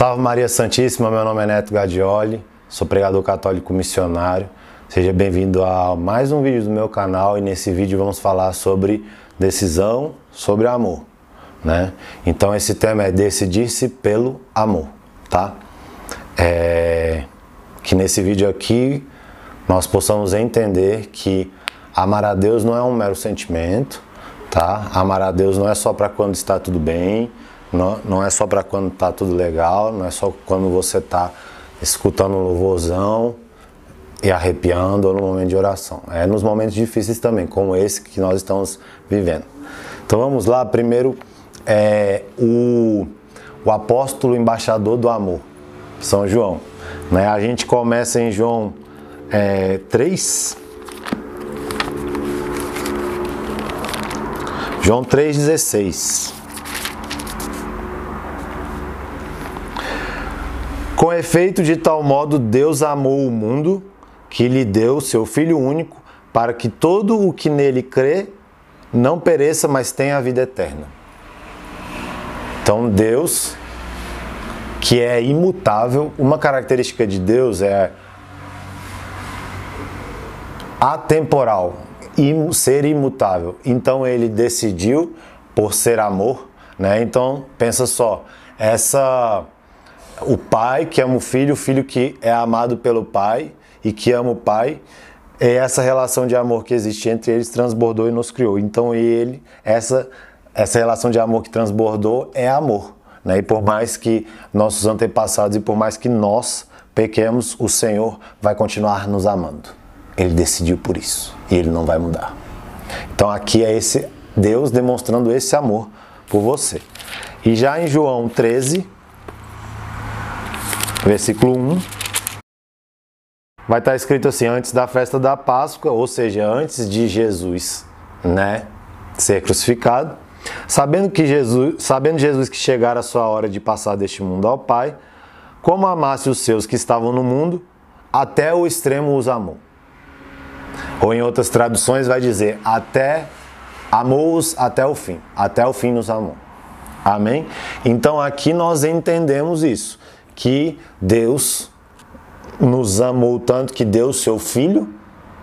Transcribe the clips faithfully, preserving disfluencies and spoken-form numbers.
Salve Maria Santíssima, meu nome é Neto Gadioli, sou pregador católico missionário. Seja bem-vindo a mais um vídeo do meu canal e nesse vídeo vamos falar sobre decisão, sobre amor, né? Então esse tema é decidir-se pelo amor, tá? É... Que nesse vídeo aqui nós possamos entender que amar a Deus não é um mero sentimento, tá? Amar a Deus não é só para quando está tudo bem, não, não é só para quando está tudo legal, não é só quando você está escutando um louvorzão e arrepiando ou no momento de oração. É nos momentos difíceis também, como esse que nós estamos vivendo. Então vamos lá, primeiro é o, o apóstolo embaixador do amor, São João. Né? A gente começa em João é, três. João três, dezesseis. Com efeito, de tal modo Deus amou o mundo, que lhe deu seu Filho único, para que todo o que nele crê não pereça, mas tenha a vida eterna. Então Deus, que é imutável, uma característica de Deus é atemporal, ser imutável. Então ele decidiu por ser amor, né? Então pensa só, essa o pai que ama o filho, o filho que é amado pelo pai e que ama o pai, é essa relação de amor que existe entre eles transbordou e nos criou. Então ele, essa essa relação de amor que transbordou é amor, né? E por mais que nossos antepassados e por mais que nós pequemos, o Senhor vai continuar nos amando. Ele decidiu por isso e ele não vai mudar. Então aqui é esse Deus demonstrando esse amor por você. E já em João treze, versículo um, vai estar escrito assim: antes da festa da Páscoa, ou seja, antes de Jesus, né, ser crucificado, sabendo que Jesus, sabendo Jesus que chegara a sua hora de passar deste mundo ao Pai, como amasse os seus que estavam no mundo, até o extremo os amou. Ou em outras traduções vai dizer, até amou-os até o fim, até o fim nos amou. Amém? Então aqui nós entendemos isso, que Deus nos amou tanto que deu o seu Filho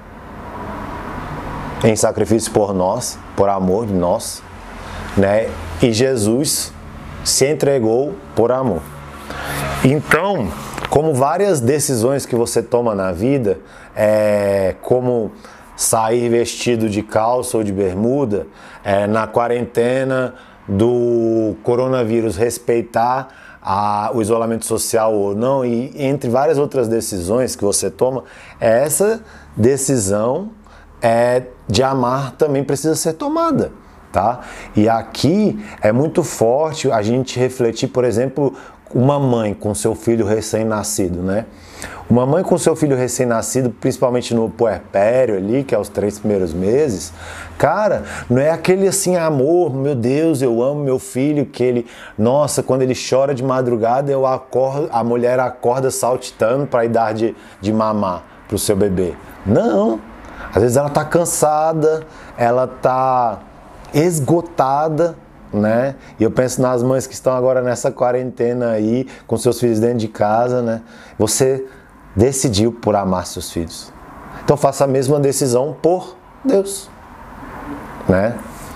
em sacrifício por nós, por amor de nós, né? E Jesus se entregou por amor. Então, como várias decisões que você toma na vida, é, como sair vestido de calça ou de bermuda, é, na quarentena do coronavírus, respeitar a, o isolamento social ou não, e entre várias outras decisões que você toma, essa decisão é, de amar também precisa ser tomada. Tá? E aqui é muito forte a gente refletir, por exemplo, uma mãe com seu filho recém-nascido, né? Uma mãe com seu filho recém-nascido, principalmente no puerpério ali, que é os três primeiros meses, cara, não é aquele assim, amor, meu Deus, eu amo meu filho, que ele, nossa, quando ele chora de madrugada, eu acordo, a mulher acorda saltitando para ir dar de, de mamar pro seu bebê. Não, às vezes ela tá cansada, ela tá esgotada, né? E eu penso nas mães que estão agora nessa quarentena aí, com seus filhos dentro de casa, né? Você decidiu por amar seus filhos. Então faça a mesma decisão por Deus, né?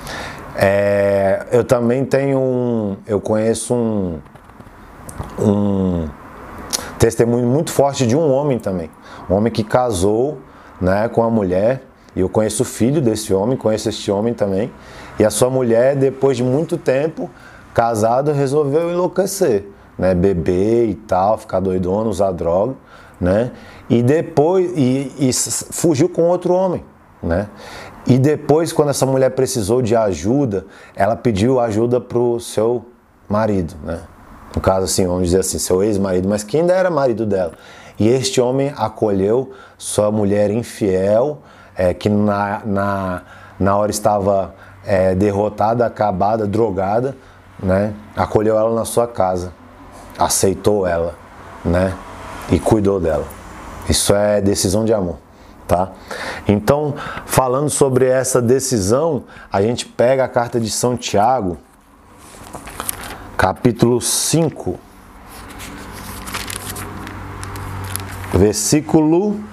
É, eu também tenho um, eu conheço um, um testemunho muito forte de um homem também, um homem que casou, né, com a mulher. E eu conheço o filho desse homem, conheço este homem também. E a sua mulher, depois de muito tempo, casado, resolveu enlouquecer, né? Beber e tal, ficar doidona, usar droga, né? E depois, e, e fugiu com outro homem, né? E depois, quando essa mulher precisou de ajuda, ela pediu ajuda pro seu marido, né? No caso, assim, vamos dizer assim, seu ex-marido, mas que ainda era marido dela. E este homem acolheu sua mulher infiel, É, que na, na, na hora estava é, derrotada, acabada, drogada, né? Acolheu ela na sua casa, aceitou ela, né? E cuidou dela. Isso é decisão de amor, tá? Então, falando sobre essa decisão, a gente pega a carta de São Tiago, capítulo cinco, versículo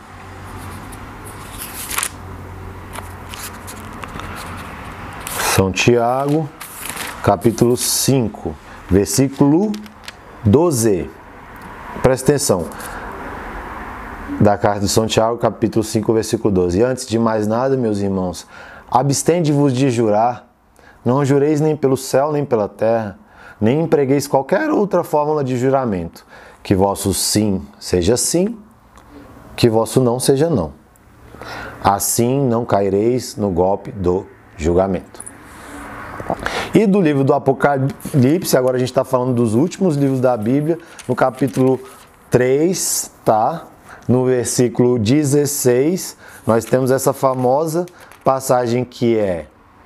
São Tiago, capítulo cinco, versículo doze. Presta atenção. Da carta de São Tiago, capítulo cinco, versículo doze. E antes de mais nada, meus irmãos, abstende-vos de jurar, não jureis nem pelo céu, nem pela terra, nem empregueis qualquer outra fórmula de juramento, que vosso sim seja sim, que vosso não seja não. Assim não caireis no golpe do julgamento. E do livro do Apocalipse, agora a gente está falando dos últimos livros da Bíblia, no capítulo três, tá? No versículo dezesseis, nós temos essa famosa passagem que é,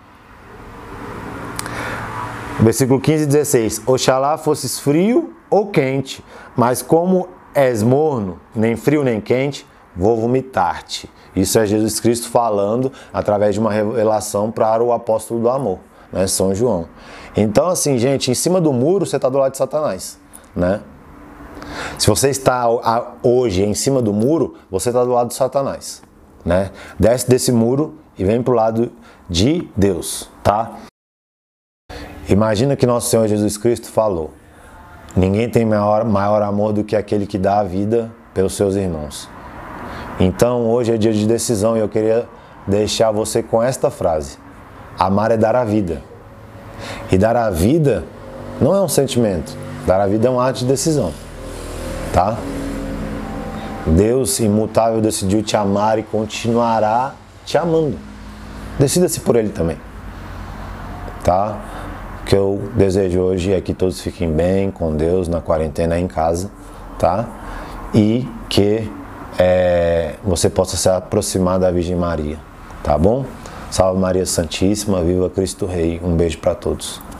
versículo quinze e dezesseis, Oxalá fosses frio ou quente, mas como és morno, nem frio nem quente, vou vomitar-te. Isso é Jesus Cristo falando através de uma revelação para o apóstolo do amor, né, São João. Então, assim, gente, em cima do muro você está do lado de Satanás, né? Se você está hoje em cima do muro, você está do lado de Satanás, né? Desce desse muro e vem para o lado de Deus, tá? Imagina que nosso Senhor Jesus Cristo falou: ninguém tem maior, maior amor do que aquele que dá a vida pelos seus irmãos. Então, hoje é dia de decisão e eu queria deixar você com esta frase: amar é dar a vida. E dar a vida não é um sentimento. Dar a vida é um ato de decisão. Tá? Deus imutável decidiu te amar e continuará te amando. Decida-se por Ele também. Tá? O que eu desejo hoje é que todos fiquem bem com Deus na quarentena em casa. Tá? E que é, você possa se aproximar da Virgem Maria. Tá bom? Salve Maria Santíssima, viva Cristo Rei. Um beijo para todos.